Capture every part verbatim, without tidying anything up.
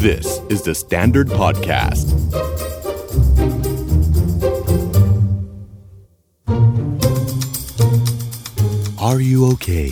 This is the Standard Podcast. Are you okay?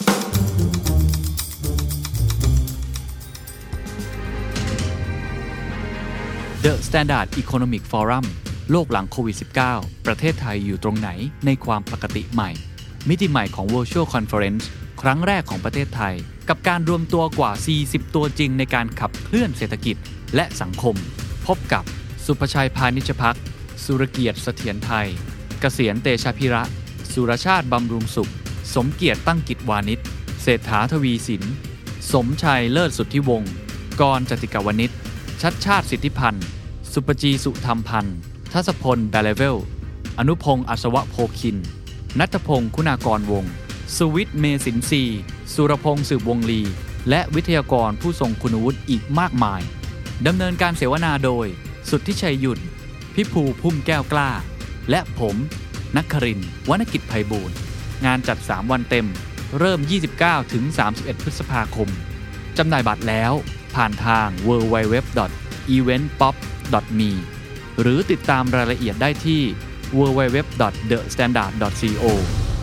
The Standard Economic Forum โลกหลังโควิด สิบเก้า ประเทศไทยอยู่ตรงไหนในความปกติใหม่มิติใหม่ของ Virtual Conference ครั้งแรกของประเทศไทยกับการรวมตัวกว่าสี่สิบตัวจริงในการขับเคลื่อนเศรษฐกิจและสังคมพบกับสุภชัยพานิชภักดิ์สุรเกียรติเสถียรไทยเกษียณเตชะพิระสุรชาติบำรุงสุขสมเกียรติตั้งกิจวานิชเศรษฐาทวีสินสมชัยเลิศสุทธิวงศ์กรจติกาวนิชชัดชาติสิทธิพันธ์สุปจีสุธรรมพันธ์ทัศพลแบลเลเวลอนุพงศ์อัศวะโพคินณัฐพงศ์คุณากรวงศ์สุวิทย์เมสินทรีสุรพงศ์สืบวงลีและวิทยากรผู้ทรงคุณวุฒิอีกมากมายดำเนินการเสวนาโดยสุทธิชัยหยุ่นพิภูพุ่มแก้วกล้าและผมนักครินทร์วรรณกิจไพบูลย์งานจัดสามวันเต็มเริ่ม ยี่สิบเก้าถึงสามสิบเอ็ด พฤษภาคมจำหน่ายบัตรแล้วผ่านทาง ดับเบิลยู ดับเบิลยู ดับเบิลยู ดอท อีเวนต์ป๊อป ดอท มี หรือติดตามรายละเอียดได้ที่ ดับเบิลยู ดับเบิลยู ดับเบิลยู ดอท เดอะสแตนดาร์ด ดอท ซี โอ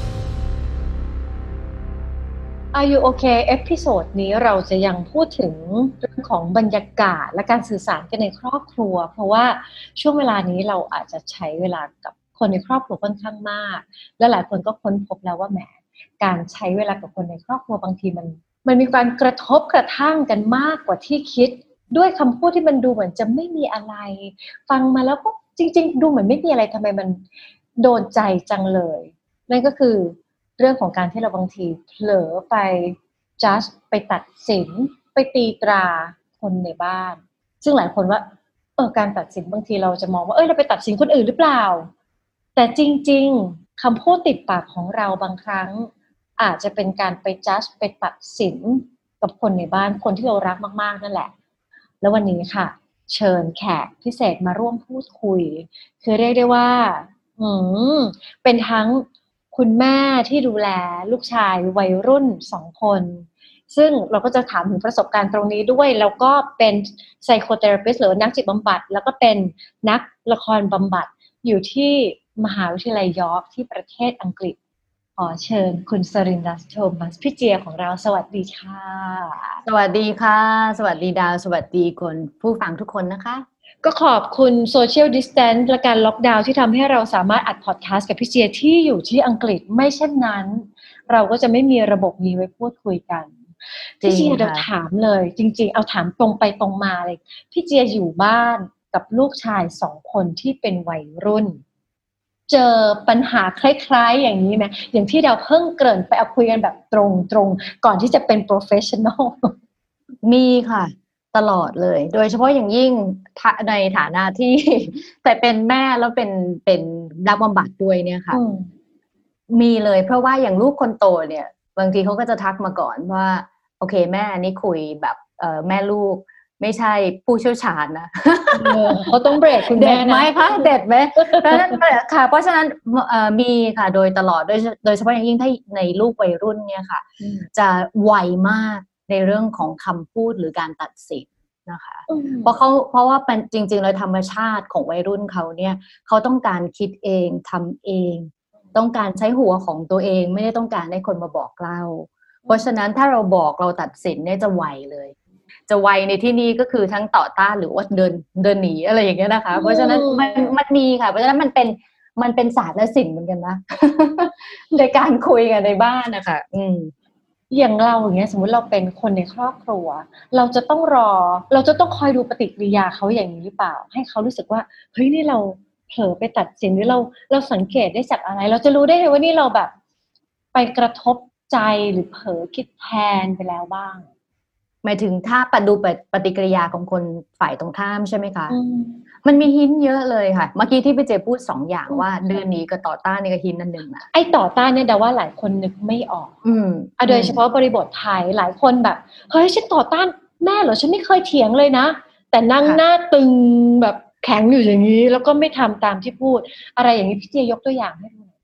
Are you okay เอพิโซดนี้เราจะยังพูดถึงเรื่องของบรรยากาศและการสื่อสารกันในครอบครัวเพราะว่าช่วงเวลานี้เราอาจจะใช้เวลากับคนในครอบครัวค่อนข้างมากและหลายคนก็ค้นพบแล้วว่าแหมการใช้เวลากับคนในครอบครัวบางทีมันมันมีการกระทบกระทั่งกันมากกว่าที่คิดด้วยคำพูดที่มันดูเหมือนจะไม่มีอะไรฟังมาแล้วก็จริงๆดูเหมือนไม่มีอะไรทำไมมันโดนใจจังเลยนั่นก็คือเรื่องของการที่เราบางทีเผลอไป judge ไปตัดสินไปตีตราคนในบ้านซึ่งหลายคนว่าเออการตัดสินบางทีเราจะมองว่าเอ้ยเราไปตัดสินคนอื่นหรือเปล่าแต่จริงๆคำพูดติดปากของเราบางครั้งอาจจะเป็นการไป judge ไปตัดสินกับคนในบ้านคนที่เรารักมากๆนั่นแหละแล้ววันนี้ค่ะเชิญแขกพิเศษมาร่วมพูดคุยคือเรียกได้ว่าอืมเป็นทั้งคุณแม่ที่ดูแลลูกชายวัยรุ่นสองคนซึ่งเราก็จะถามถึงประสบการณ์ตรงนี้ด้วยแล้วก็เป็นไซโคเทอราปิสต์หรือนักจิตบำบัดแล้วก็เป็นนักละครบำบัดอยู่ที่มหาวิทยาลัยยอร์กที่ประเทศอังกฤษขอเชิญคุณสรินดัสโทมัสพี่เจียของเราสวัสดีค่ะสวัสดีค่ะสวัสดีดาวสวัสดีคนผู้ฟังทุกคนนะคะก็ขอบคุณโซเชียลดิสแทนซ์และการล็อกดาวน์ที่ทำให้เราสามารถอัดพอดแคสต์กับพี่เจียที่อยู่ที่อังกฤษไม่เช่นนั้นเราก็จะไม่มีระบบนี้ไว้พูดคุยกันพี่เจียเราถามเลยจริงๆเอาถามตรงไปตรงมาเลยพี่เจียอยู่บ้านกับลูกชายสองคนที่เป็นวัยรุ่นเจอปัญหาคล้ายๆอย่างนี้ไหมอย่างที่เราเพิ่งเกริ่นไปเอาคุยกันแบบตรงๆก่อนที่จะเป็น professional มีค่ะตลอดเลยโดยเฉพาะอย่างยิ่งในฐานะที่แต่เป็นแม่แล้วเป็นเป็นนักบำบัดด้วยเนี่ยค่ะมีเลยเพราะว่าอย่างลูกคนโตเนี่ยบางทีเขาก็จะทักมาก่อนว่าโอเคแม่นี่คุยแบบเอ่อแม่ลูกไม่ใช่ผู้เชี่ยวชาญนะเขาต้องเบรกคุณแม่นะเด็ดไหมคะเด็ดไหมเพราะฉะนั้นค่ะเพราะฉะนั้นมีค่ะโดยตลอดโดยโดยเฉพาะอย่างยิ่งถ้าในลูกวัยรุ่นเนี่ยค่ะจะไวมากในเรื่องของคำพูดหรือการตัดสินนะคะเพราะเขาเพราะว่าเป็นจริงๆแล้วธรรมชาติของวัยรุ่นเขาเนี่ยเขาต้องการคิดเองทำเองต้องการใช้หัวของตัวเองไม่ได้ต้องการให้คนมาบอกเล่าเพราะฉะนั้นถ้าเราบอกเราตัดสินเนี่ยจะไวเลยจะไวในที่นี้ก็คือทั้งต่อต้านหรือว่าเดินเดินหนีอะไรอย่างเงี้ยนะคะเพราะฉะนั้นมันมันมีค่ะเพราะฉะนั้นมันเป็นมันเป็นศาสตร์และศิลป์เหมือนกันนะ ในการคุยกันในบ้านนะคะอืมอย่างเราอย่างเงี้ยสมมุติเราเป็นคนในครอบครัวเราจะต้องรอเราจะต้องคอยดูปฏิกิริยาเขาอย่างนี้หรือเปล่าให้เขารู้สึกว่าเฮ้ยนี่เราเผลอไปตัดสินหรือเราเราสังเกตได้จากอะไรเราจะรู้ได้ไงว่านี่เราแบบไปกระทบใจหรือเผลอคิดแทนไปแล้วบ้างหมายถึงถ้าปดูปฏิกิริยาของคนฝ่ายตรงข้ามใช่ไหมคะมันมีหินเยอะเลยค่ะเมื่อกี้ที่พี่เจพูดสองอย่างว่าเดินหนีกับต่อต้านนี่ก็หินนั่นหนึ่งนะไอ้ต่อต้านเนี่ยแต่ว่าหลายคนนึกไม่ออกอืมอ่ะโดยเฉพาะบริบทไทยหลายคนแบบเฮ้ยฉันต่อต้านแม่เหรอฉันไม่เคยเถียงเลยนะแต่นั่งหน้าตึงแบบแข็งอยู่อย่างนี้แล้วก็ไม่ทำตามที่พูดอะไรอย่างนี้พี่เจยกตัวอย่างให้ดู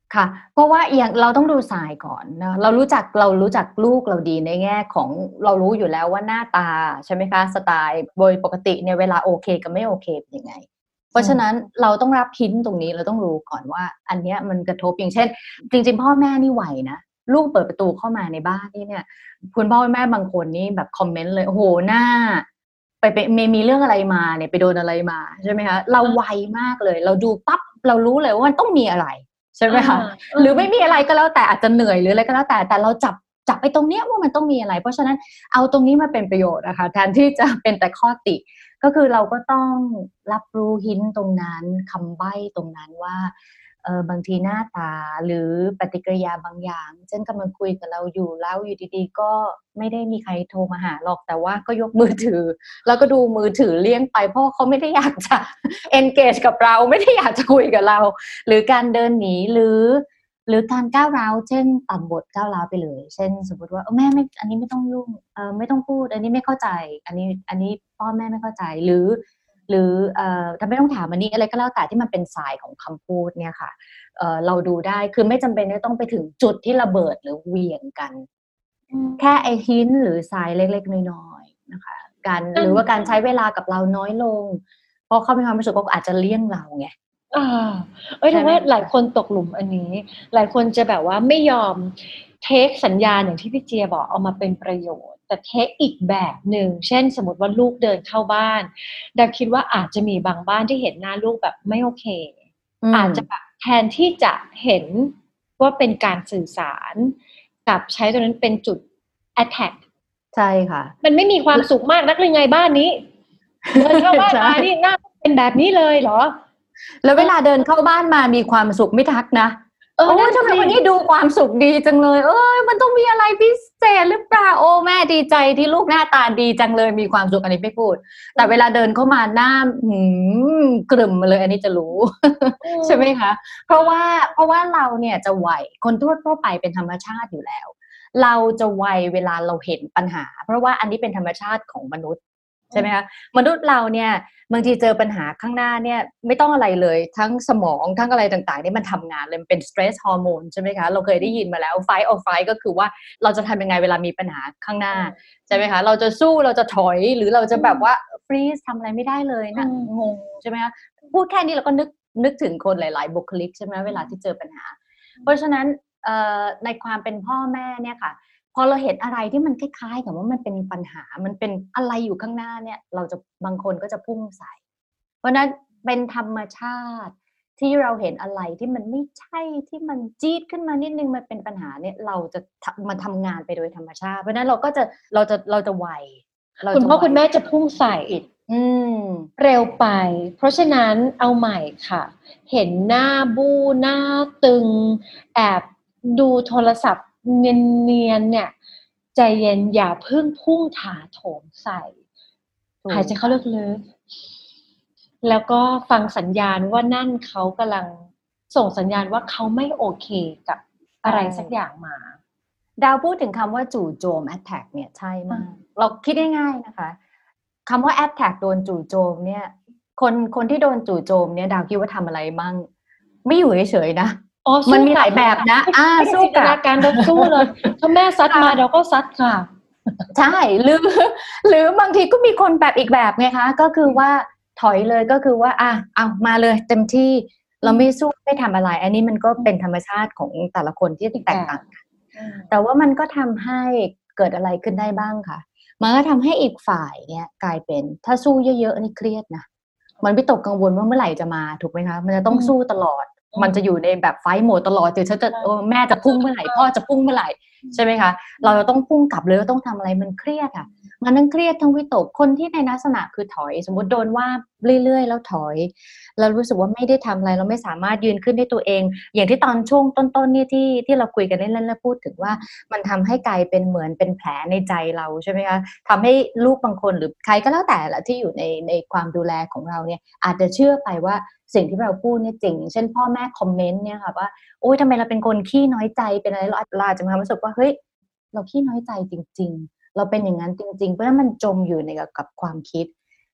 ค่ะเพราะว่าอย่างเราต้องดูสายก่อนนะเรารู้จักเรารู้จักลูกเราดีในแง่ของเรารู้อยู่แล้วว่าหน้าตาใช่ไหมคะสไตล์โดยปกติเนี่ยเวลาโอเคกับไม่โอเคเป็นยังไงเพราะฉะนั้นเราต้องรับหินตรงนี้เราต้องรู้ก่อนว่าอันเนี้ยมันกระทบอย่างเช่นจริงๆพ่อแม่นี่ไหวนะลูกเปิดประตูเข้ามาในบ้านนี่เนี่ยคุณพ่อแม่บางคนนี่แบบคอมเมนต์เลยโอ้โหหน้าไปไปมีเรื่องอะไรมาเนี่ยไปโดนอะไรมาใช่ไหมคะเราไวมากเลยเราดูปั๊บเรารู้เลยว่ามันต้องมีอะไรใช่ไหมคะหรือไม่มีอะไรก็แล้วแต่อาจจะเหนื่อยหรืออะไรก็แล้วแต่แต่เราจับจับไปตรงเนี้ยว่ามันต้องมีอะไรเพราะฉะนั้นเอาตรงนี้มาเป็นประโยชน์นะคะแทนที่จะเป็นแต่ข้อติก็คือเราก็ต้องรับรู้หินตรงนั้นคำใบ้ตรงนั้นว่าเออบางทีหน้าตาหรือปฏิกิริยาบางอย่างเช่นกำลังคุยกับเราอยู่แล้วอยู่ดีๆก็ไม่ได้มีใครโทรมาหาหรอกแต่ว่าก็ยกมือถือแล้วก็ดูมือถือเลี่ยงไปเพราะเขาไม่ได้อยากจะ engage กับเราไม่ได้อยากจะคุยกับเราหรือการเดินหนีหรือหรือการก้าวร้าวเช่นตัดบทก้าวร้าวไปเลยเช่นสมมติว่าเออแม่ไม่อันนี้ไม่ต้องยุ่งเออไม่ต้องพูดอันนี้ไม่เข้าใจอันนี้อันนี้พ่อแม่ไม่เข้าใจหรือหรือเอ่อทำไมต้องถามอันนี้อะไรก็แล้วแต่ที่มันเป็นสายของคำพูดเนี่ยค่ะเอ่อเราดูได้คือไม่จำเป็นต้องไปถึงจุดที่ระเบิดหรือเหวี่ยงกันแค่ไอ้หินหรือสายเล็กๆน้อยๆนะคะการหรือว่าการใช้เวลากับเราน้อยลงเพราะเขามีความรู้สึกว่าอาจจะเลี่ยงเราไงอ่าเอ้ยแต่ว่าหลายคนตกหลุมอันนี้หลายคนจะแบบว่าไม่ยอมเทคสัญญาณอย่างที่พี่เจียบอกเอามาเป็นประโยชน์แต่เทคอีกแบบหนึ่งเช่นสมมติว่าลูกเดินเข้าบ้านดาวคิดว่าอาจจะมีบางบ้านที่เห็นหน้าลูกแบบไม่โอเคอาจจะแบบแทนที่จะเห็นว่าเป็นการสื่อสารกับใช้ตัวนั้นเป็นจุด attack ใช่ค่ะมันไม่มีความสุขมากนักเลยไงบ้านนี้เดินเข้าบ้านมานี่หน้าเป็นแบบนี้เลยเหรอแล้วเวลาเดินเข้าบ้านมามีความสุขไม่ทักนะโอ้ยทำไมวันนี้ดูความสุขดีจังเลยเอ้ยมันต้องมีอะไรพิเศษหรือเปล่าโอ้แม่ดีใจที่ลูกหน้าตาดีจังเลยมีความสุขอันนี้ไม่พูดแต่เวลาเดินเข้ามาหน้าหืมกลุ่มมาเลยอันนี้จะรู้ใช่ไหมคะเพราะว่าเพราะว่าเราเนี่ยจะไวคนทั่วทั่วไปเป็นธรรมชาติอยู่แล้วเราจะไวเวลาเราเห็นปัญหาเพราะว่าอันนี้เป็นธรรมชาติของมนุษย์ใช่ไหมคะมนุษย์เราเนี่ยบางทีเจอปัญหาข้างหน้าเนี่ยไม่ต้องอะไรเลยทั้งสมองทั้งอะไรต่างๆนี่มันทำงานเลยมันเป็น stress hormone ใช่ไหมคะเราเคยได้ยินมาแล้ว fight or flight ก็คือว่าเราจะทำยังไงเวลามีปัญหาข้างหน้าใช่ไหมคะเราจะสู้เราจะถอยหรือเราจะแบบว่า freeze ทำอะไรไม่ได้เลยนะงงใช่ไหมคะพูดแค่นี้เราก็นึกนึกถึงคนหลายๆบุคลิกใช่ไหมเวลาที่เจอปัญหาเพราะฉะนั้นในความเป็นพ่อแม่เนี่ยค่ะพอเราเห็นอะไรที่มันคล้ายๆกับว่ามันเป็นปัญหามันเป็นอะไรอยู่ข้างหน้าเนี่ยเราจะบางคนก็จะพุ่งใส่เพราะนั้นเป็นธรรมชาติที่เราเห็นอะไรที่มันไม่ใช่ที่มันจี๊ดขึ้นมานิดนึงมันเป็นปัญหาเนี่ยเราจะมาทำงานไปโดยธรรมชาติเพราะนั้นเราก็จะเราจะเราจะไวคุณพ่อคุณแม่จะพุ่งใส่อืมเร็วไปเพราะฉะนั้นเอาใหม่ค่ะเห็นหน้าบู้หน้าตึงแอบดูโทรศัพท์เนียนๆเนี่ยใจเย็นอย่าเพิ่งพุ่งถาโถมใส่หายใจเข้าลึกๆแล้วก็ฟังสัญญาณว่านั่นเขากำลังส่งสัญญาณว่าเขาไม่โอเคกับอะไรสักอย่างมาดาวพูดถึงคำว่าจู่โจม attack เนี่ยใช่มากเราคิดง่ายๆนะคะคำว่า attack โดนจู่โจมเนี่ยคนคนที่โดนจู่โจมเนี่ยดาวคิดว่าทำอะไรบ้างไม่อยู่เฉยๆนะมันมีหลายแบบนะอ่าสู้กับการเราสู้เลยถ้าแม่ซัดมาเราก็ซัดค่ะใช่หรือหรือบางทีก็มีคนแบบอีกแบบไงคะก็คือว่าถอยเลยก็คือว่าอ่ะเอามาเลยเต็มที่เราไม่สู้ไม่ทำอะไรอันนี้มันก็เป็นธรรมชาติของแต่ละคนที่แตกต่างกันแต่ว่ามันก็ทำให้เกิดอะไรขึ้นได้บ้างค่ะมันก็ทำให้อีกฝ่ายเนี่ยกลายเป็นถ้าสู้เยอะๆนี่เครียดนะมันวิตกกังวลว่าเมื่อไหร่จะมาถูกไหมคะมันจะต้องสู้ตลอดมันจะอยู่ในแบบไฟท์โหมดตลอดเดี๋ยวฉันจะแม่จะพุ่งเมื่อไหร่พ่อจะพุ่งเมื่อไหร่ใช่ไหมคะเราจะต้องพุ่งกลับเลยต้องทำอะไรมันเครียดอ่ะมันทั้งเครียดทั้งวิตกคนที่ในลักษณะคือถอยสมมติโดนว่าเรื่อยๆแล้วถอยเรารู้สึกว่าไม่ได้ทำอะไรเราไม่สามารถยืนขึ้นได้ตัวเองอย่างที่ตอนช่วงต้นๆนี่ที่ที่เราคุยกันเล่นๆแล้วพูดถึงว่ามันทำให้กลายเป็นเหมือนเป็นแผลในใจเราใช่ไหมคะทำให้ลูกบางคนหรือใครก็แล้วแต่ละที่อยู่ในในความดูแลของเราเนี่ยอาจจะเชื่อไปว่าสิ่งที่เราพูดเนี่ยจริงเช่นพ่อแม่คอมเมนต์เนี่ยค่ะว่าโอ๊ยทำไมเราเป็นคนขี้น้อยใจเป็นอะไรเราอาจจะมีความรู้สึกว่าเฮ้ยเราขี้น้อยใจจริงๆเราเป็นอย่างนั้นจริงๆเพราะฉะนั้นมันจมอยู่ในกับความคิด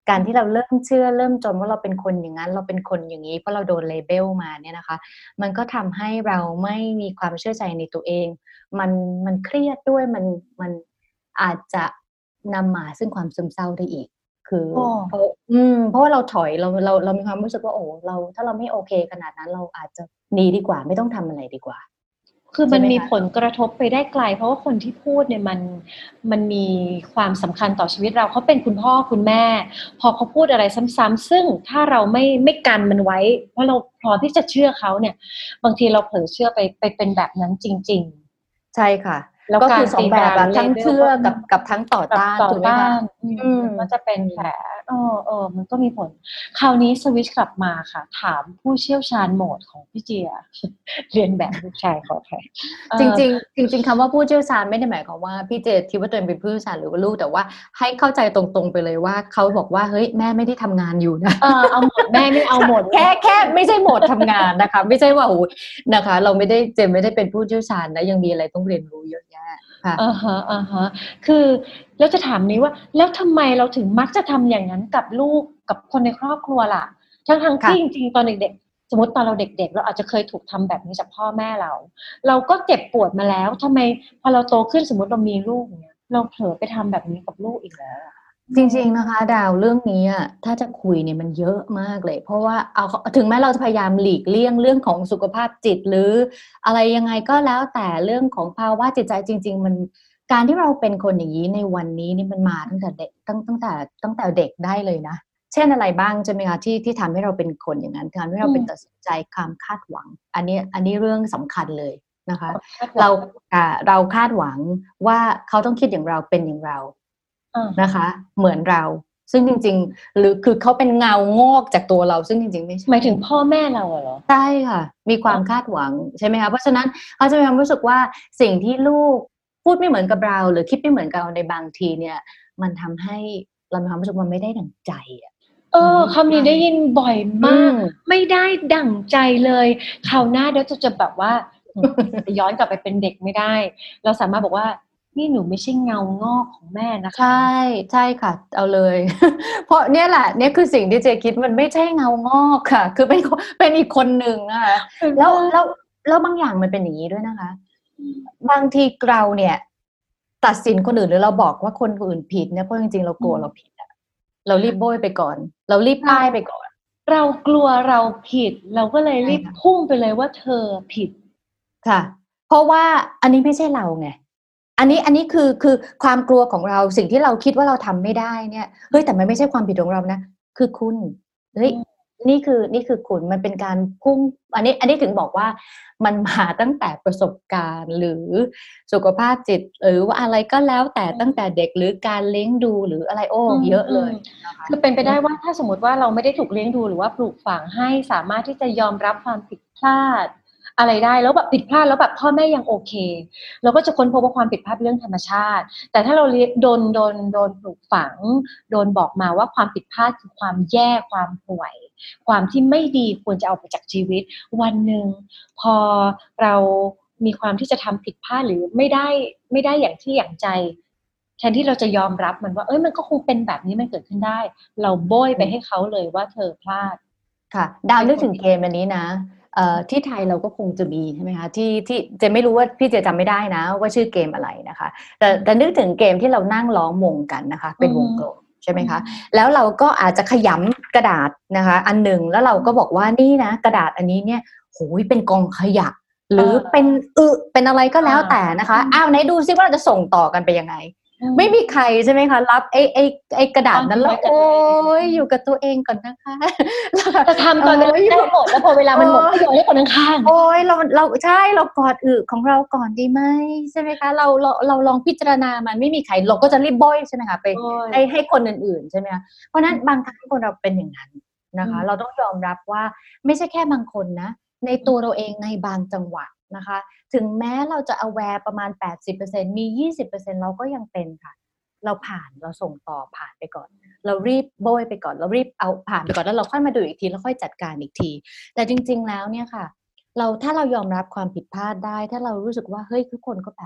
การที่เราเริ่มเชื่อเริ่มจนว่าเราเป็นคนอย่างนั้นเราเป็นคนอย่างนี้เพราะเราโดนเลเบลมาเนี่ยนะคะมันก็ทำให้เราไม่มีความเชื่อใจในตัวเองมันมันเครียดด้วยมันมันอาจจะนำมาซึ่งความซึมเศร้าได้อีกคือเพราะอืมเพราะว่าเราถอยเราเราเรามีความรู้สึกว่าโอ้เราถ้าเราไม่โอเคขนาดนั้นเราอาจจะหนีดีกว่าไม่ต้องทำอะไรดีกว่าคือมันมีผลกระทบไปได้ไกลเพราะว่าคนที่พูดเนี่ยมันมันมีความสำคัญต่อชีวิตเราเขาเป็นคุณพ่อคุณแม่พอเขาพูดอะไรซ้ำๆซึ่งถ้าเราไม่ไม่กันมันไว้เพราะเราพร้อมที่จะเชื่อเขาเนี่ยบางทีเราเผลอเชื่อไปไปเป็นแบบนั้นจริงๆใช่ค่ะก็คือสองแบบแบบทั้งเชื่อกับกับทั้งต่อต้านถูกไหมคะมันก็จะเป็นแผลเออเออมันก็มีผลคราวนี้สวิตช์กลับมาค่ะถามผู้เชี่ยวชาญโหมดของพี่เจียเรียนแบบลูกชายขอแทนจริงๆจริงๆคำว่าผู้เชี่ยวชาญไม่ได้หมายความว่าพี่เจคิดว่าตัวเองเป็นผู้เชี่ยวชาญหรือว่าลูกแต่ว่าให้เข้าใจตรงๆไปเลยว่าเขาบอกว่าเฮ้ยแม่ไม่ได้ทำงานอยู่นะเออเอาหมดแม่ไม่เอาหมดแค่แค่ไม่ใช่โหมดทำงานนะคะไม่ใช่ว่าโอ้นะคะเราไม่ได้เจไม่ได้เป็นผู้เชี่ยวชาญนะยังมีอะไรต้องเรียนรู้เยอะแยะค่ะอ่าฮะอ่าฮะคือแล้วจะถามนี้ว่าแล้วทำไมเราถึงมักจะทำอย่างนั้นกับลูกกับคนในครอบครัวล่ะทั้งทั้งที่จริงๆตอนเด็กๆสมมติตอนเราเด็กๆเราอาจจะเคยถูกทำแบบนี้จากพ่อแม่เราเราก็เจ็บปวดมาแล้วทำไมพอเราโตขึ้นสมมติเรามีลูกเนี่ยเราเผลอไปทำแบบนี้กับลูกอีกแล้วจริงๆนะคะดาวเรื่องนี้ถ้าจะคุยเนี่ยมันเยอะมากเลยเพราะว่าเอาถึงแม้เราจะพยายามหลีกเลี่ยงเรื่องของสุขภาพจิตหรืออะไรยังไงก็แล้วแต่เรื่องของภาวะจิตใจจริงๆมันการที่เราเป็นคนอย่างนี้ในวันนี้นี่มันมาตั้งแต่เด็กตั้งตั้งแต่ตั้งแต่เด็กได้เลยนะเช่นอะไรบ้างใช่ไหมคะที่ที่ทำให้เราเป็นคนอย่างนั้นทำให้เราเป็นตัดสินใจความคาดหวังอันนี้อันนี้เรื่องสำคัญเลยนะคะเราเราคาดหวังว่าเขาต้องคิดอย่างเราเป็นอย่างเรานะคะเหมือนเราซึ่งจริงๆหรือคือเขาเป็นเงางอกจากตัวเราซึ่งจริงๆไม่ใช่หมายถึงพ่อแม่เราเหรอใช่ค่ะมีความคาดหวังใช่ไหมคะเพราะฉะนั้นเขาจะมีความรู้สึกว่าสิ่งที่ลูกพูดไม่เหมือนกับเราหรือคิดไม่เหมือนกับเราในบางทีเนี่ยมันทำให้เรามีความรู้สึกว่าไม่ได้ดั่งใจอ่ะเออคำนี้ได้ยินบ่อยมากไม่ได้ดั่งใจเลยคราวหน้าเดี๋ยวจะจะแบบว่าย้อนกลับไปเป็นเด็กไม่ได้เราสามารถบอกว่านี่หนูไม่ใช่เงางอกของแม่นะคะใช่ใช่ค่ะเอาเลยเพราะเนี่ยแหละเนี่ยคือสิ่งที่เจคิดมันไม่ใช่เงางอกค่ะคือเป็นเป็นอีกคนหนึ่งนะคะแล้วแล้วแล้วบางอย่างมันเป็นอย่างนี้ด้วยนะคะบางทีเราเนี่ยตัดสินคนอื่นหรือเราบอกว่าคนอื่นผิดเนี่ยเพราะจริงๆเรากลัวเราผิดอะเรารีบโบยไปก่อนเรารีบป้ายไปก่อนเรากลัวเราผิดเราก็เลยรีบพุ่งไปเลยว่าเธอผิดค่ะเพราะว่าอันนี้ไม่ใช่เราไงอันนี้อันนี้คือคือความกลัวของเราสิ่งที่เราคิดว่าเราทำไม่ได้เนี่ยเฮ้ยแต่มันไม่ใช่ความผิดของเรานะคือคุณเฮ้ยนี่คือนี่คือคุณมันเป็นการพุ่งอันนี้อันนี้ถึงบอกว่ามันมาตั้งแต่ประสบการณ์หรือสุขภาพจิตหรือว่าอะไรก็แล้วแต่ตั้งแต่เด็กหรือการเลี้ยงดูหรืออะไรโอ้เยอะเลยคือเป็นไปได้ว่าถ้าสมมติว่าเราไม่ได้ถูกเลี้ยงดูหรือว่าปลูกฝังให้สามารถที่จะยอมรับความผิดพลาดอะไรได้แล้วแบบผิดพลาดแล้วแบบพ่อแม่ยังโอเคเราก็จะค้นพบว่าความผิดพลาดเป็นเรื่องธรรมชาติแต่ถ้าเราโดนโดนโดนปลูกฝังโดนบอกมาว่าความผิดพลาดคือความแย่ความห่วยความที่ไม่ดีควรจะเอาไปจากชีวิตวันหนึ่งพอเรามีความที่จะทำผิดพลาดหรือไม่ได้ไม่ได้อย่างที่อย่างใจแทนที่เราจะยอมรับมันว่าเอ้ยมันก็คงเป็นแบบนี้มันเกิดขึ้นได้เราโบยไปให้เขาเลยว่าเธอพลาดค่ะดาวนึกถึงเกมอันนี้นะเอ่อที่ไทยเราก็คงจะมีใช่ไหมคะที่ที่เจไม่รู้ว่าพี่เจจำไม่ได้นะว่าชื่อเกมอะไรนะคะแต่แต่นึกถึงเกมที่เรานั่งล้อมวงกันนะคะเป็นวงกลมใช่ไหมคะแล้วเราก็อาจจะขยำกระดาษนะคะอันหนึ่งแล้วเราก็บอกว่านี่นะกระดาษอันนี้เนี่ยโหยเป็นกองขยะหรือเป็นอึเป็นอะไรก็แล้วแต่นะคะอ้าวไหนดูซิว่าเราจะส่งต่อกันไปยังไงไม่มีใครใช่ไหมคะรับไอ้ไอ้ไอ้กระดาษนั้นแล้วโอ้ยอยู่กับตัวเองก่อนนะคะจะทำตอนเวลาได้หมดแล้วพอเวลามันหมดก็โยนให้คนข้างๆโอ้ยเราเราใช่เรากอดอึของเราก่อนดีไหมใช่ไหมคะเราเราเราลองพิจารณามันไม่มีใครเราก็จะรีบบ่อยใช่ไหมคะไปให้ให้คนอื่นๆใช่ไหมคะเพราะนั้นบางครั้งคนเราเป็นอย่างนั้นนะคะเราต้องยอมรับว่าไม่ใช่แค่บางคนนะในตัวเราเองในบางจังหวะนะคะถึงแม้เราจะ aware ประมาณ แปดสิบเปอร์เซ็นต์ มี ยี่สิบเปอร์เซ็นต์ เราก็ยังเป็นค่ะเราผ่านเราส่งต่อผ่านไปก่อนเรารีบโบยไปก่อนเรารีบเอาผ่านไปก่อนแล้วเราค่อยมาดูอีกทีแล้วค่อยจัดการอีกทีแต่จริงๆแล้วเนี่ยค่ะเราถ้าเรายอมรับความผิดพลาดได้ถ้าเรารู้สึกว่าเฮ้ยทุกคนก็แบบ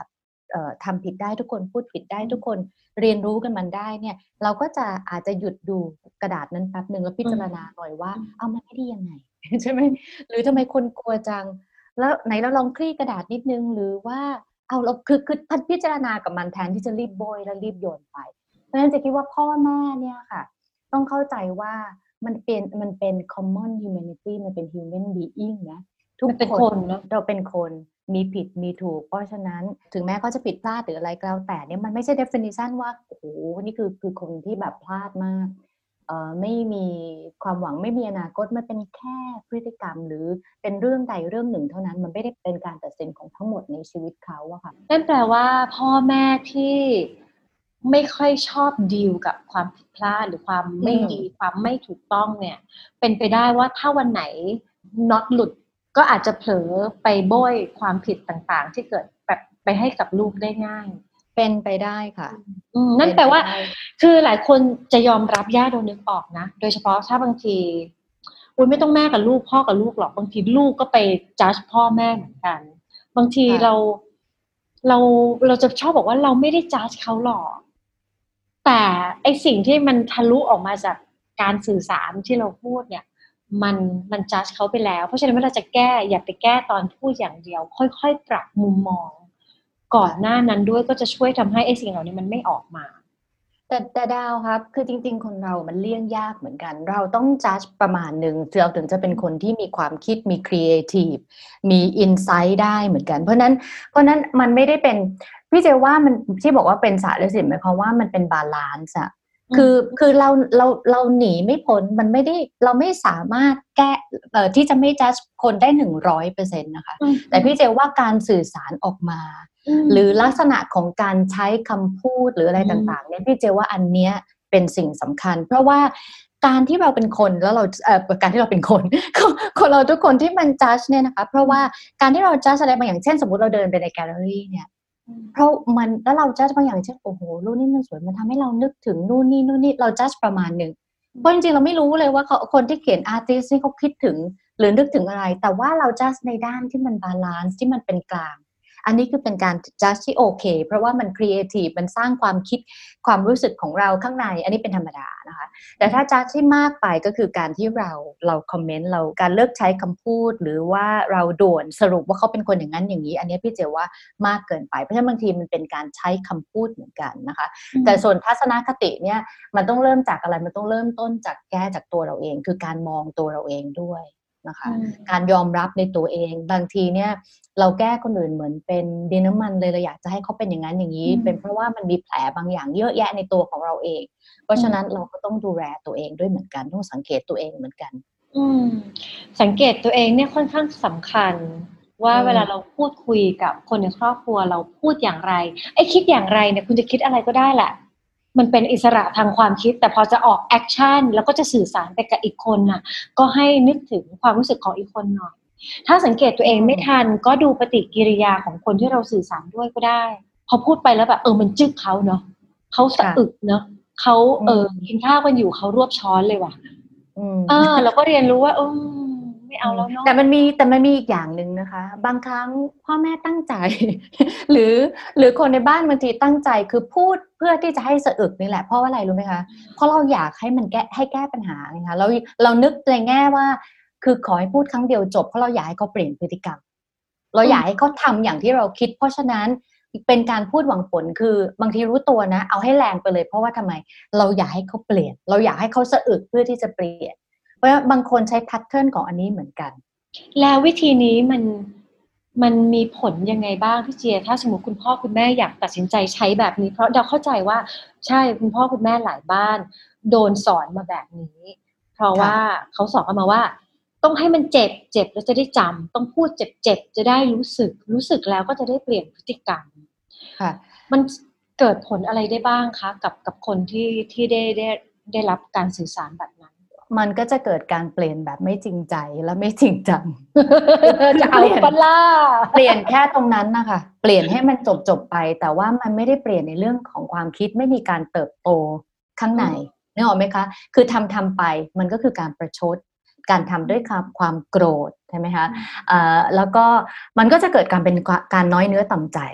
เอ่อทำผิดได้ทุกคนพูดผิดได้ทุกคนเรียนรู้กันมันได้เนี่ยเราก็จะอาจจะหยุดดูกระดาษนั้นแป๊บนึงแล้วพิจารณาหน่อยว่าเอามันไม่ดียังไง ใช่ไหมหรือทำไมคนกลัวจังแล้วไหนเราลองคลี่กระดาษนิดนึงหรือว่าเอาเราคือคือพิจารณากับมันแทนที่จะรีบโบยแล้วรีบโยนไปเพราะฉะนั้นจะคิดว่าพ่อแม่เนี่ยค่ะต้องเข้าใจว่ามันเป็นมันเป็น common humanity มันเป็น human being นะทุกคนเราเป็นคนมีผิดมีถูกเพราะฉะนั้นถึงแม้เขาจะผิดพลาดหรืออะไรก็แล้วแต่เนี่ยมันไม่ใช่ definition ว่าโอ้โหนี่คือคือคนที่แบบพลาดมากเอ่อไม่มีความหวังไม่มีอนาคตมันเป็นแค่พฤติกรรมหรือเป็นเรื่องใดเรื่องหนึ่งเท่านั้นมันไม่ได้เป็นการตัดสินของทั้งหมดในชีวิตเขาอะค่ะนั่นแปลว่าพ่อแม่ที่ไม่ค่อยชอบดีลกับความผิดพลาดหรือความไม่ดีความไม่ถูกต้องเนี่ยเป็นไปได้ว่าถ้าวันไหนน็อตหลุดก็อาจจะเผลอไปโบยความผิดต่างๆที่เกิดแบบไปให้กับลูกได้ง่ายเป็นไปได้ค่ะนั่นแปลว่าคือหลายคนจะยอมรับยากโดนนึกออกนะโดยเฉพาะถ้าบางทีอุ้ยไม่ต้องแม่กับลูกพ่อกับลูกหรอกบางทีลูกก็ไปจัดพ่อแม่เหมือนกันบางทีเราเราเราจะชอบบอกว่าเราไม่ได้จัดเขาหรอกแต่ไอสิ่งที่มันทะลุออกมาจากการสื่อสารที่เราพูดเนี่ยมันมันจัดเขาไปแล้วเพราะฉะนั้นเวลาจะแก้อย่าไปแก้ตอนพูดอย่างเดียวค่อยๆปรับมุมมองก่อนหน้านั้นด้วยก็จะช่วยทำให้ไอ้สิ่งเหล่านี้มันไม่ออกมาแต่แต่ดาวครับคือจริงๆคนเรามันเลี่ยงยากเหมือนกันเราต้องจัดประมาณหนึ่งเราถึงจะเป็นคนที่มีความคิดมีครีเอทีฟมีอินไซต์ได้เหมือนกันเพราะนั้นเพราะนั้นมันไม่ได้เป็นพี่เจว่ามันที่บอกว่าเป็นศาสตร์และศิลป์หมายความว่ามันเป็นบาลานซ์อะคือคือเราเราเราหนีไม่พ้นมันไม่ได้เราไม่สามารถแก้เอ่อที่จะไม่จัดคนได้ หนึ่งร้อยเปอร์เซ็นต์ นะคะแต่พี่เจว่าการสื่อสารออกมาหรือลักษณะของการใช้คำพูดหรืออะไรต่างๆเนี่ยพี่เจว่าอันเนี้ยเป็นสิ่งสำคัญเพราะว่าการที่เราเป็นคนแล้วเราเอ่อการที่เราเป็นคนคนเราทุกคนที่มันจัดเนี่ยนะคะเพราะว่าการที่เราจัดอะไรบางอย่างเช่นสมมติเราเดินไปในแกลเลอรี่เนี่ยเพราะมันแล้วเราจัดบางอย่างเช่นโอ้โหรูปนี้มันสวยมันทำให้เรานึกถึงนู่นนี่นู่นนี่เราจัดประมาณหนึ่งเพราะจริงๆเราไม่รู้เลยว่าเขาคนที่เขียนอาร์ติสต์นี่เขาคิดถึงหรือนึกถึงอะไรแต่ว่าเราจัดในด้านที่มันบาลานซ์ที่มันเป็นกลางอันนี้คือเป็นการจัดที่โอเคเพราะว่ามันครีเอทีฟมันสร้างความคิดความรู้สึกของเราข้างในอันนี้เป็นธรรมดานะคะแต่ถ้าจัดที่มากไปก็คือการที่เราเราคอมเมนต์เราการเลิกใช้คำพูดหรือว่าเราด่วนสรุปว่าเขาเป็นคนอย่างนั้นอย่างนี้อันนี้พี่เจว่ามากเกินไปเพราะฉะนั้นบางทีมันเป็นการใช้คำพูดเหมือนกันนะคะแต่ส่วนทัศนคติเนี่ยมันต้องเริ่มจากอะไรมันต้องเริ่มต้นจากแก้จากตัวเราเองคือการมองตัวเราเองด้วยนะคะการยอมรับในตัวเองบางทีเนี่ยเราแก้คนอื่นเหมือนเป็นดินน้ำมันเลยเราอยากจะให้เขาเป็นอย่างนั้นอย่างนี้เป็นเพราะว่ามันมีแผลบางอย่างเยอะแยะในตัวของเราเองเพราะฉะนั้นเราก็ต้องดูแลตัวเองด้วยเหมือนกันต้องสังเกตตัวเองเหมือนกันอืมสังเกตตัวเองเนี่ยค่อนข้างสำคัญว่าเวลาเราพูดคุยกับคนในครอบครัวเราพูดอย่างไรไอ้คิดอย่างไรเนี่ยคุณจะคิดอะไรก็ได้แหละมันเป็นอิสระทางความคิดแต่พอจะออกแอคชั่นแล้วก็จะสื่อสารไปกับอีกคนน่ะก็ให้นึกถึงความรู้สึกของอีกคนหน่อยถ้าสังเกตตัวเองไม่ทันก็ดูปฏิกิริยาของคนที่เราสื่อสารด้วยก็ได้พอพูดไปแล้วแบบเออมันจึ๊กเขาเนาะเขาสะอึกเนาะเขาเออกินข้าวกันอยู่เขารวบช้อนเลยว่ะเออเราก็เรียนรู้ว่าเออไม่เอาแล้วเนาะแต่มันมีแต่มันมีอีกอย่างนึงนะคะบางครั้งพ่อแม่ตั้งใจ หรือหรือคนในบ้านบางทีตั้งใจคือพูดเพื่อที่จะให้สะอึกนี่แหละเพราะว่าอะไรรู้ไหมคะเพราะเราอยากให้มันแก้ให้แก้ปัญหาไงคะเราเรานึกในแง่ว่าคือขอให้พูดครั้งเดียวจบเพราะเราอยากให้เขาเปลี่ยนพฤติกรรมเราอยากให้เขาทำอย่างที่เราคิดเพราะฉะนั้นเป็นการพูดหวังผลคือบางทีรู้ตัวนะเอาให้แรงไปเลยเพราะว่าทำไมเราอยากให้เขาเปลี่ยนเราอยากให้เขาสะอึกเพื่อที่จะเปลี่ยนเพราะบางคนใช้แพทเทิร์นของอันนี้เหมือนกันแล้ววิธีนี้มันมันมีผลยังไงบ้างพี่เจียถ้าสมมติคุณพ่อคุณแม่อยากตัดสินใจใช้แบบนี้เพราะเราเข้าใจว่าใช่คุณพ่อคุณแม่หลายบ้านโดนสอนมาแบบนี้เพราะว่าเขาสอนกันมาว่าต้องให้มันเจ็บเจ็บแล้วจะได้จำต้องพูดเจ็บเจ็บจะได้รู้สึกรู้สึกแล้วก็จะได้เปลี่ยนพฤติกรรมค่ะมันเกิดผลอะไรได้บ้างคะกับกับคนที่ที่ได้ได้ได้รับการสื่อสารแบบนั้นมันก็จะเกิดการเปลี่ยนแบบไม่จริงใจและไม่จริงจังจะเอาปะล่ะเปลี่ยนแค่ตรงนั้นนะคะเปลี่ยนให้มันจบจบไปแต่ว่ามันไม่ได้เปลี่ยนในเรื่องของความคิดไม่มีการเติบโตข้างในนึกออกไหมคะคือทำทำไปมันก็คือการประชดการทำด้วยความความโกรธใช่ไหมคะอ่าแล้วก็มันก็จะเกิดการเป็นการน้อยเนื้อต่ำใจ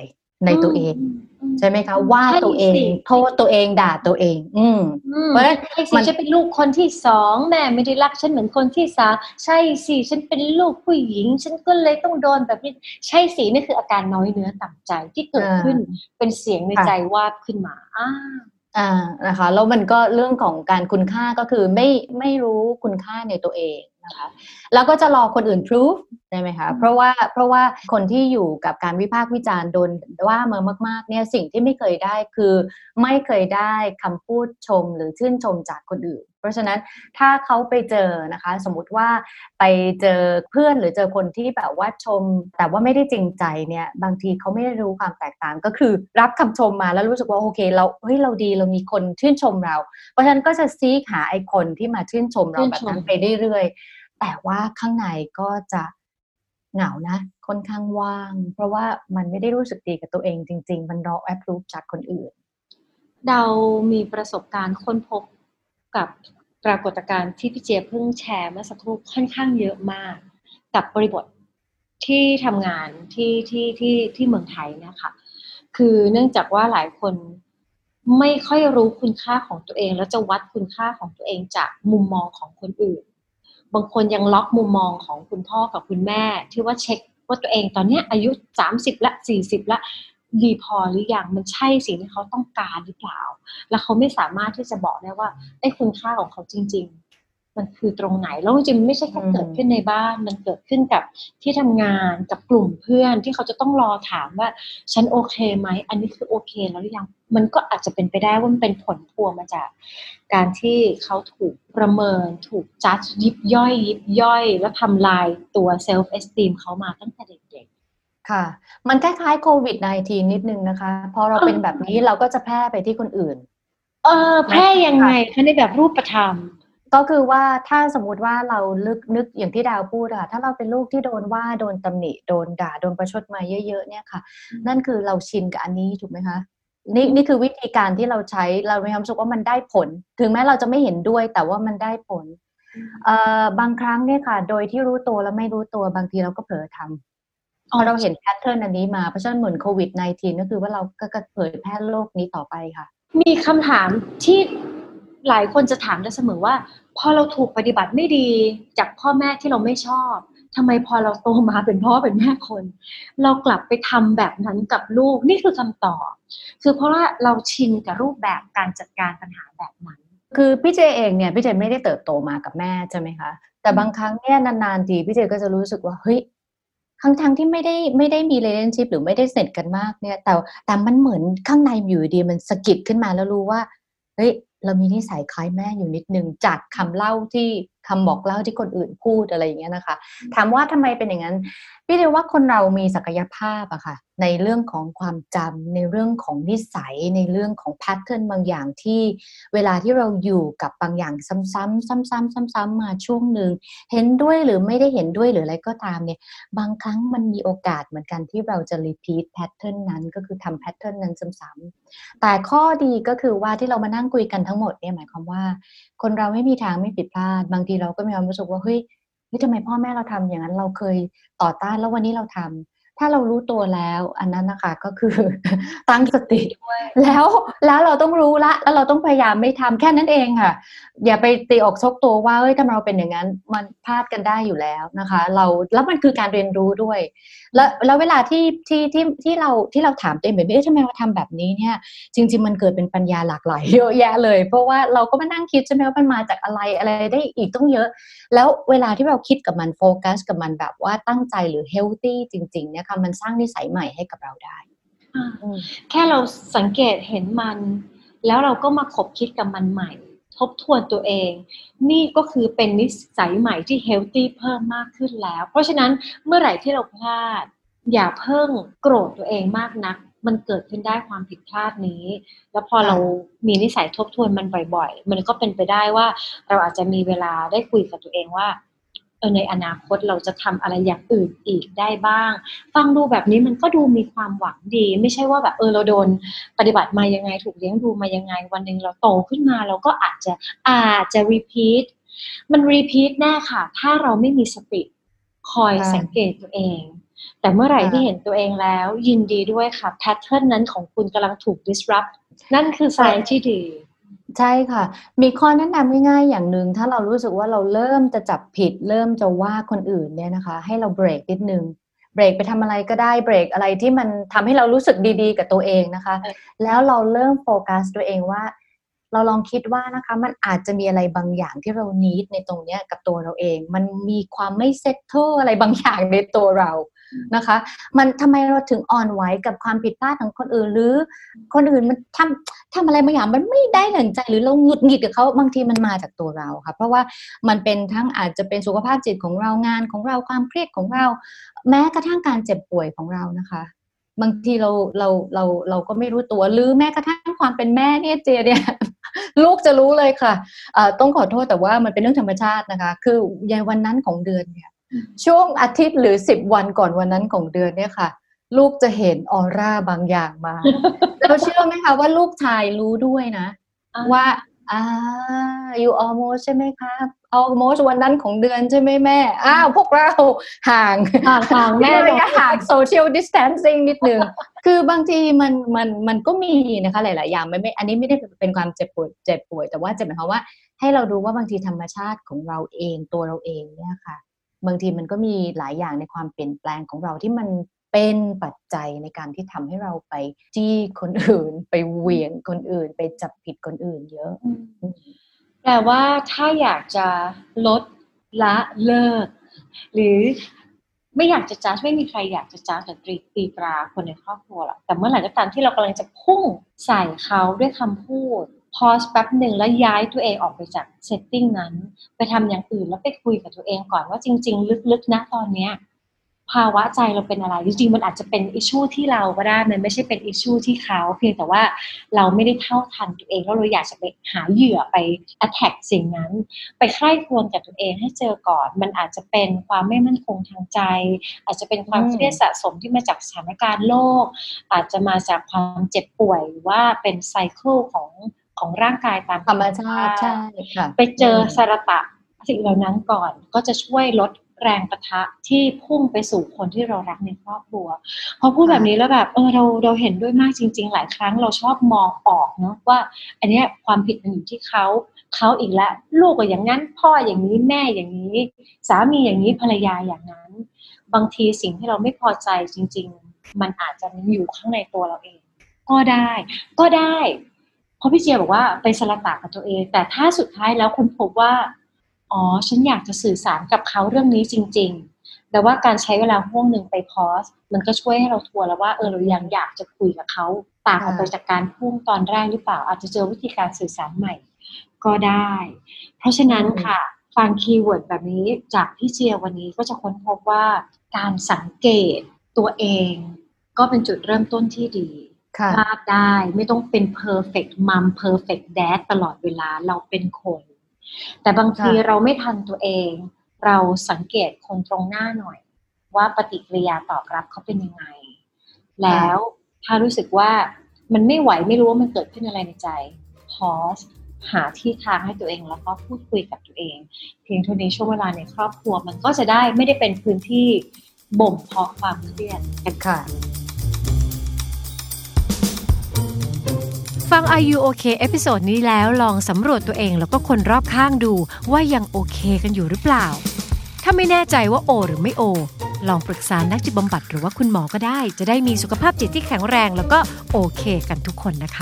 ในตัวเองใช่ไหมคะว่าตัวเองโทษตัวเองด่าตัวเอง อืมเพราะฉะนั้นมันจะเป็นลูกคนที่สองแม่ไม่ได้รักฉันเหมือนคนที่สามใช่สิฉันเป็นลูกผู้หญิงฉันก็เลยต้องโดนแบบนี้ใช่สินี่คืออาการน้อยเนื้อต่ำใจที่เกิดขึ้นเป็นเสียงในใจวาดขึ้นมาอ้าอ่านะคะแล้วมันก็เรื่องของการคุณค่าก็คือไม่ไม่รู้คุณค่าในตัวเองนะคะแล้วก็จะรอคนอื่น proof ใช่ไหมคะเพราะว่าเพราะว่าคนที่อยู่กับการวิพากษ์วิจารณ์โดนว่ามามากๆเนี่ยสิ่งที่ไม่เคยได้คือไม่เคยได้คำพูดชมหรือชื่นชมจากคนอื่นเพราะฉะนั้นถ้าเขาไปเจอนะคะสมมุติว่าไปเจอเพื่อนหรือเจอคนที่แบบว่าชมแต่ว่าไม่ได้จริงใจเนี่ยบางทีเขาไม่ได้รู้ความแตกต่างก็คือรับคำชมมาแล้วรู้สึกว่าโอเคเราเฮ้ยเราดีเรามีคนชื่นชมเราเพราะฉะนั้นก็จะซีกหาไอ้คนที่มาชื่นชมเราแบบนั้นไปเรื่อยๆแต่ว่าข้างในก็จะเหงานะค่อนข้างว่างเพราะว่ามันไม่ได้รู้สึกดีกับตัวเองจริงๆมันรอ approve จากคนอื่นเรามีประสบการณ์ค้นพบกับปรากฏการณ์ที่พี่เจเพิ่งแชร์เมื่อสักครู่ค่อนข้างเยอะมากกับบริบทที่ทำงานที่ที่ที่ที่เมืองไทยนะคะคือเนื่องจากว่าหลายคนไม่ค่อยรู้คุณค่าของตัวเองแล้วจะวัดคุณค่าของตัวเองจากมุมมองของคนอื่นบางคนยังล็อกมุมมองของคุณพ่อกับคุณแม่ที่ว่าเช็คว่าตัวเองตอนนี้อายุสามสิบละสี่สิบละดีพอหรือยังมันใช่สิ่งที่เขาต้องการหรือเปล่าแล้วเขาไม่สามารถที่จะบอกได้ว่าไอ้คุณค่าของเขาจริงๆมันคือตรงไหนแล้วจริงๆไม่ใช่แค่เกิดขึ้นในบ้านมันเกิดขึ้นกับที่ทำงานกับกลุ่มเพื่อนที่เขาจะต้องรอถามว่าฉันโอเคไหมอันนี้คือโอเคแล้วหรือยังมันก็อาจจะเป็นไปได้ว่ามันเป็นผลพวงมาจากการที่เขาถูกประเมินถูกจัดยิบย่อยยิบย่อยแล้วทำลายตัวเซลฟ์เอสตีมเขามาตั้งแต่เด็กๆค่ะมันคล้ายๆโควิด สิบเก้า นิดนึงนะคะพอเราเป็นแบบนี้เราก็จะแพร่ไปที่คนอื่นเออแพร่ยังไงคะในแบบรูปธรรมก็คือว่าถ้าสมมุติว่าเราลึกนึกอย่างที่ดาวพูดอะถ้าเราเป็นลูกที่โดนว่าโดนตำหนิโดนด่าโดนประชดมาเยอะๆเนี่ยค่ะนั่นคือเราชินกับอันนี้ถูกไหมคะนี่นี่คือวิธีการที่เราใช้เรามีความรู้สึกว่ามันได้ผลถึงแม้เราจะไม่เห็นด้วยแต่ว่ามันได้ผลเอ่อบางครั้งเนี่ยค่ะโดยที่รู้ตัวและไม่รู้ตัวบางทีเราก็เผลอทำพอเราเห็นแพทเทิร์นอันนี้มาเพราะฉะนั้นเหมือนโควิด สิบเก้า ก็คือว่าเราก็เผยแพร่โรคนี้ต่อไปค่ะมีคำถามที่หลายคนจะถามได้เสมอว่าพอเราถูกปฏิบัติไม่ดีจากพ่อแม่ที่เราไม่ชอบทำไมพอเราโตมาเป็นพ่อเป็นแม่คนเรากลับไปทำแบบนั้นกับลูกนี่คือคำตอบคือเพราะว่าเราชินกับรูปแบบการจัดการปัญหาแบบนั้นคือพี่เจเองเนี่ยพี่เจไม่ได้เติบโตมากับแม่ใช่ไหมคะแต่บางครั้งเนี่ยนานๆทีพี่เจก็จะรู้สึกว่าเฮ้ยทั้งๆที่ไม่ได้ไม่ได้มี relationship หรือไม่ได้สนิทกันมากเนี่ยแต่แต่มันเหมือนข้างในอยู่ดีมันสะกิดขึ้นมาแล้วรู้ว่าเฮ้ยเรามีนิสัยคล้ายแม่อยู่นิดนึงจากคำเล่าที่คำบอกเล่าที่คนอื่นพูดอะไรอย่างเงี้ยนะคะถามว่าทำไมเป็นอย่างนั้นพี่เรียกว่าคนเรามีศักยภาพอะค่ะในเรื่องของความจำในเรื่องของนิสัยในเรื่องของแพทเทิร์นบางอย่างที่เวลาที่เราอยู่กับบางอย่างซ้ำๆซ้ำๆซ้ำๆมาช่วงหนึ่งเห็นด้วยหรือไม่ได้เห็นด้วยหรืออะไรก็ตามเนี่ยบางครั้งมันมีโอกาสเหมือนกันที่เราจะ repeat pattern นั้นก็คือทำ pattern นั้นซ้ำๆแต่ข้อดีก็คือว่าที่เรามานั่งคุยกันทั้งหมดเนี่ยหมายความว่าคนเราไม่มีทางไม่ผิดพลาดบางทีเราก็มีความรู้สึกว่าเฮ้ยนี่ทำไมพ่อแม่เราทำอย่างนั้นเราเคยต่อต้านแล้ววันนี้เราทำถ้าเรารู้ตัวแล้วอันนั้นนะคะก็คือตั้งสติแล้วแล้วเราต้องรู้ละแล้วเราต้องพยายามไม่ทำแค่นั้นเองค่ะอย่าไปตีอกชกตัวว่าเฮ้ยถ้าเราเป็นอย่างนั้นมันพลาดกันได้อยู่แล้วนะคะเราแล้วมันคือการเรียนรู้ด้วยแล้วแล้วเวลาที่ที่ที่ที่เราที่เราถามตัวเองแบบนี้ทำไมเราทำแบบนี้เนี่ยจริงๆมันเกิดเป็นปัญญาหลากหลายเยอะแยะเลยเพราะว่าเราก็มานั่งคิดใช่ไหมว่ามันมาจากอะไรอะไรได้อีกต้องเยอะแล้วเวลาที่เราคิดกับมันโฟกัสกับมันแบบว่าตั้งใจหรือเฮลตี้จริงๆเนี่ยค่ะมันสร้างนิสัยใหม่ให้กับเราได้แค่เราสังเกตเห็นมันแล้วเราก็มาคบคิดกับมันใหม่ทบทวนตัวเองนี่ก็คือเป็นนิสัยใหม่ที่เฮลตี้เพิ่มมากขึ้นแล้วเพราะฉะนั้นเมื่อไหร่ที่เราพลาดอย่าเพิ่งโกรธตัวเองมากนักมันเกิดขึ้นได้ความผิดพลาดนี้แล้วพอเรามีนิสัยทบทวนมันบ่อยๆมันก็เป็นไปได้ว่าเราอาจจะมีเวลาได้คุยกับตัวเองว่าเออในอนาคตเราจะทำอะไรอย่างอื่นอีกได้บ้างฟังดูแบบนี้มันก็ดูมีความหวังดีไม่ใช่ว่าแบบเออเราโดนปฏิบัติมายังไงถูกเลี้ยงดูมายังไงวันนึงเราโตขึ้นมาเราก็อาจจะอาจจะ repeat มัน repeat แน่ค่ะถ้าเราไม่มีสติคอยสังเกตตัวเองแต่เมื่อไหร่ที่เห็นตัวเองแล้วยินดีด้วยค่ะแพทเทิร์นนั้นของคุณกำลังถูก disrupt นั่นคือ sign ที่ดีใช่ค่ะมีข้อแนะนำง่ายๆอย่างนึงถ้าเรารู้สึกว่าเราเริ่มจะจับผิดเริ่มจะว่าคนอื่นเนี่ยนะคะให้เราเบรกนิดนึงเบรกไปทำอะไรก็ได้เบรกอะไรที่มันทำให้เรารู้สึกดีๆกับตัวเองนะคะแล้วเราเริ่มโฟกัสตัวเองว่าเราลองคิดว่านะคะมันอาจจะมีอะไรบางอย่างที่เรา need ในตรงเนี้ยกับตัวเราเองมันมีความไม่ settle อะไรบางอย่างในตัวเรานะคะมันทำไมเราถึงอ่อนไหวกับความผิดพลาดของคนอื่นหรือคนอื่นมันทำทำอะไรบางอย่างมันไม่ได้ดั่งใจหรือเราหงุดหงิดกับเขาบางทีมันมาจากตัวเราค่ะเพราะว่ามันเป็นทั้งอาจจะเป็นสุขภาพจิตของเรางานของเราความเครียดของเราแม้กระทั่งการเจ็บป่วยของเรานะคะบางทีเราเราเราเราก็ไม่รู้ตัวหรือแม้กระทั่งความเป็นแม่เนี่ยเจเนี่ยลูกจะรู้เลยค่ะต้องขอโทษแต่ว่ามันเป็นเรื่องธรรมชาตินะคะคือในวันนั้นของเดือนเนี่ยช่วงอาทิตย์หรือสิบวันก่อนวันนั้นของเดือนเนี่ยค่ะลูกจะเห็นออร่าบางอย่างมาแล้วเชื่อไหมคะว่าลูกชายรู้ด้วยนะว่าอ่า you almost ใช่ไหมคะ almost วันนั้นของเดือนใช่ไหมแม่อ้าวพวกเราห่างห่างแม่ก็ห่าง social distancing นิดนึงคือบางทีมันมันมันก็มีนะคะหลายๆอย่างไม่ไม่อันนี้ไม่ได้เป็นความเจ็บปวดเจ็บป่วยแต่ว่าจะหมายความว่าให้เราดูว่าบางทีธรรมชาติของเราเองตัวเราเองเนี่ยค่ะบางทีมันก็มีหลายอย่างในความเปลี่ยนแปลงของเราที่มันเป็นปัจจัยในการที่ทำให้เราไปจี้คนอื่นไปเหวี่ยงคนอื่นไปจับผิดคนอื่นเยอะแต่ว่าถ้าอยากจะลดละเลิกหรือไม่อยากจะจัดไม่มีใครอยากจะจัดหรือตีตราคนในครอบครัวหรอกแต่เมื่อไหร่ก็ตามที่เรากำลังจะพุ่งใส่เขาด้วยคำพูดพอสแป๊บหนึ่งแล้วย้ายตัวเองออกไปจากเซตติ้งนั้นไปทำอย่างอื่นแล้วไปคุยกับตัวเองก่อนว่าจริงๆลึกๆนะตอนเนี้ยภาวะใจเราเป็นอะไรจริงๆมันอาจจะเป็นอิชชูที่เราก็ได้มันไม่ใช่เป็นอิชชูที่เขาเพียงแต่ว่าเราไม่ได้เท่าทันตัวเองแล้วเราอยากจะไปหาเหยื่อไป attack สิ่งนั้นไปใคร่ครวญกับตัวเองให้เจอก่อนมันอาจจะเป็นความไม่มั่นคงทางใจอาจจะเป็นความเครียดสะสมที่มาจากสถานการณ์โลกอาจจะมาจากความเจ็บป่วยหรือว่าเป็นไซเคิลของของร่างกายตามธรรมชาติใช่ค่ะไปเจอสารตะสิ่งเหล่านั้นก่อนก็จะช่วยลดแรงปะทะที่พุ่งไปสู่คนที่เรารักในครอบครัวพอพูดแบบนี้แล้วแบบเออเราเราเห็นด้วยมากจริงๆหลายครั้งเราชอบมองออกเนาะว่าอันนี้ความผิดมันอยู่ที่เขาเขาอีกแล้วลูกก็อย่างนั้นพ่ออย่างนี้แม่อย่างนี้สามีอย่างนี้ภรรยาอย่างนั้นบางทีสิ่งที่เราไม่พอใจจริงๆมันอาจจะอยู่ข้างในตัวเราเองก็ได้ก็ได้เพราะพี่เจียบอกว่าไปสลัดตากับตัวเองแต่ถ้าสุดท้ายแล้วคุณพบว่าอ๋อฉันอยากจะสื่อสารกับเขาเรื่องนี้จริงๆแต่ว่าการใช้เวลาห่วงหนึ่งไปพอสมันก็ช่วยให้เราทัวร์แล้วว่าเออเรายังอยากจะคุยกับเขาต่างออกไปจากการพุ่งตอนแรกหรือเปล่าอาจจะเจอวิธีการสื่อสารใหม่ก็ได้เพราะฉะนั้นค่ะฟังคีย์เวิร์ดแบบนี้จากพี่เจียวันนี้ก็จะค้นพบว่าการสังเกตตัวเองก็เป็นจุดเริ่มต้นที่ดีพลาดได้ไม่ต้องเป็น perfect mom perfect dad ตลอดเวลาเราเป็นคนแต่บางทีเราไม่ทันตัวเองเราสังเกตคนตรงหน้าหน่อยว่าปฏิกิริยาตอบรับเขาเป็นยังไงแล้วถ้ารู้สึกว่ามันไม่ไหวไม่รู้ว่ามันเกิดขึ้นอะไรในใจพอสหาที่ทางให้ตัวเองแล้วก็พูดคุยกับตัวเองเพียงเท่านี้ช่วงเวลาในครอบครัวมันก็จะได้ไม่ได้เป็นพื้นที่บ่มเพาะความเครียดกันค่ะฟัง Are You OK เอพิโซดนี้แล้วลองสำรวจตัวเองแล้วก็คนรอบข้างดูว่ายังโอเคกันอยู่หรือเปล่าถ้าไม่แน่ใจว่าโอหรือไม่โอลองปรึกษานักจิตบำบัดหรือว่าคุณหมอก็ได้จะได้มีสุขภาพจิตที่แข็งแรงแล้วก็โอเคกันทุกคนนะคะ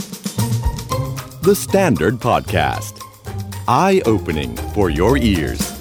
The Standard Podcast Eye Opening for Your Ears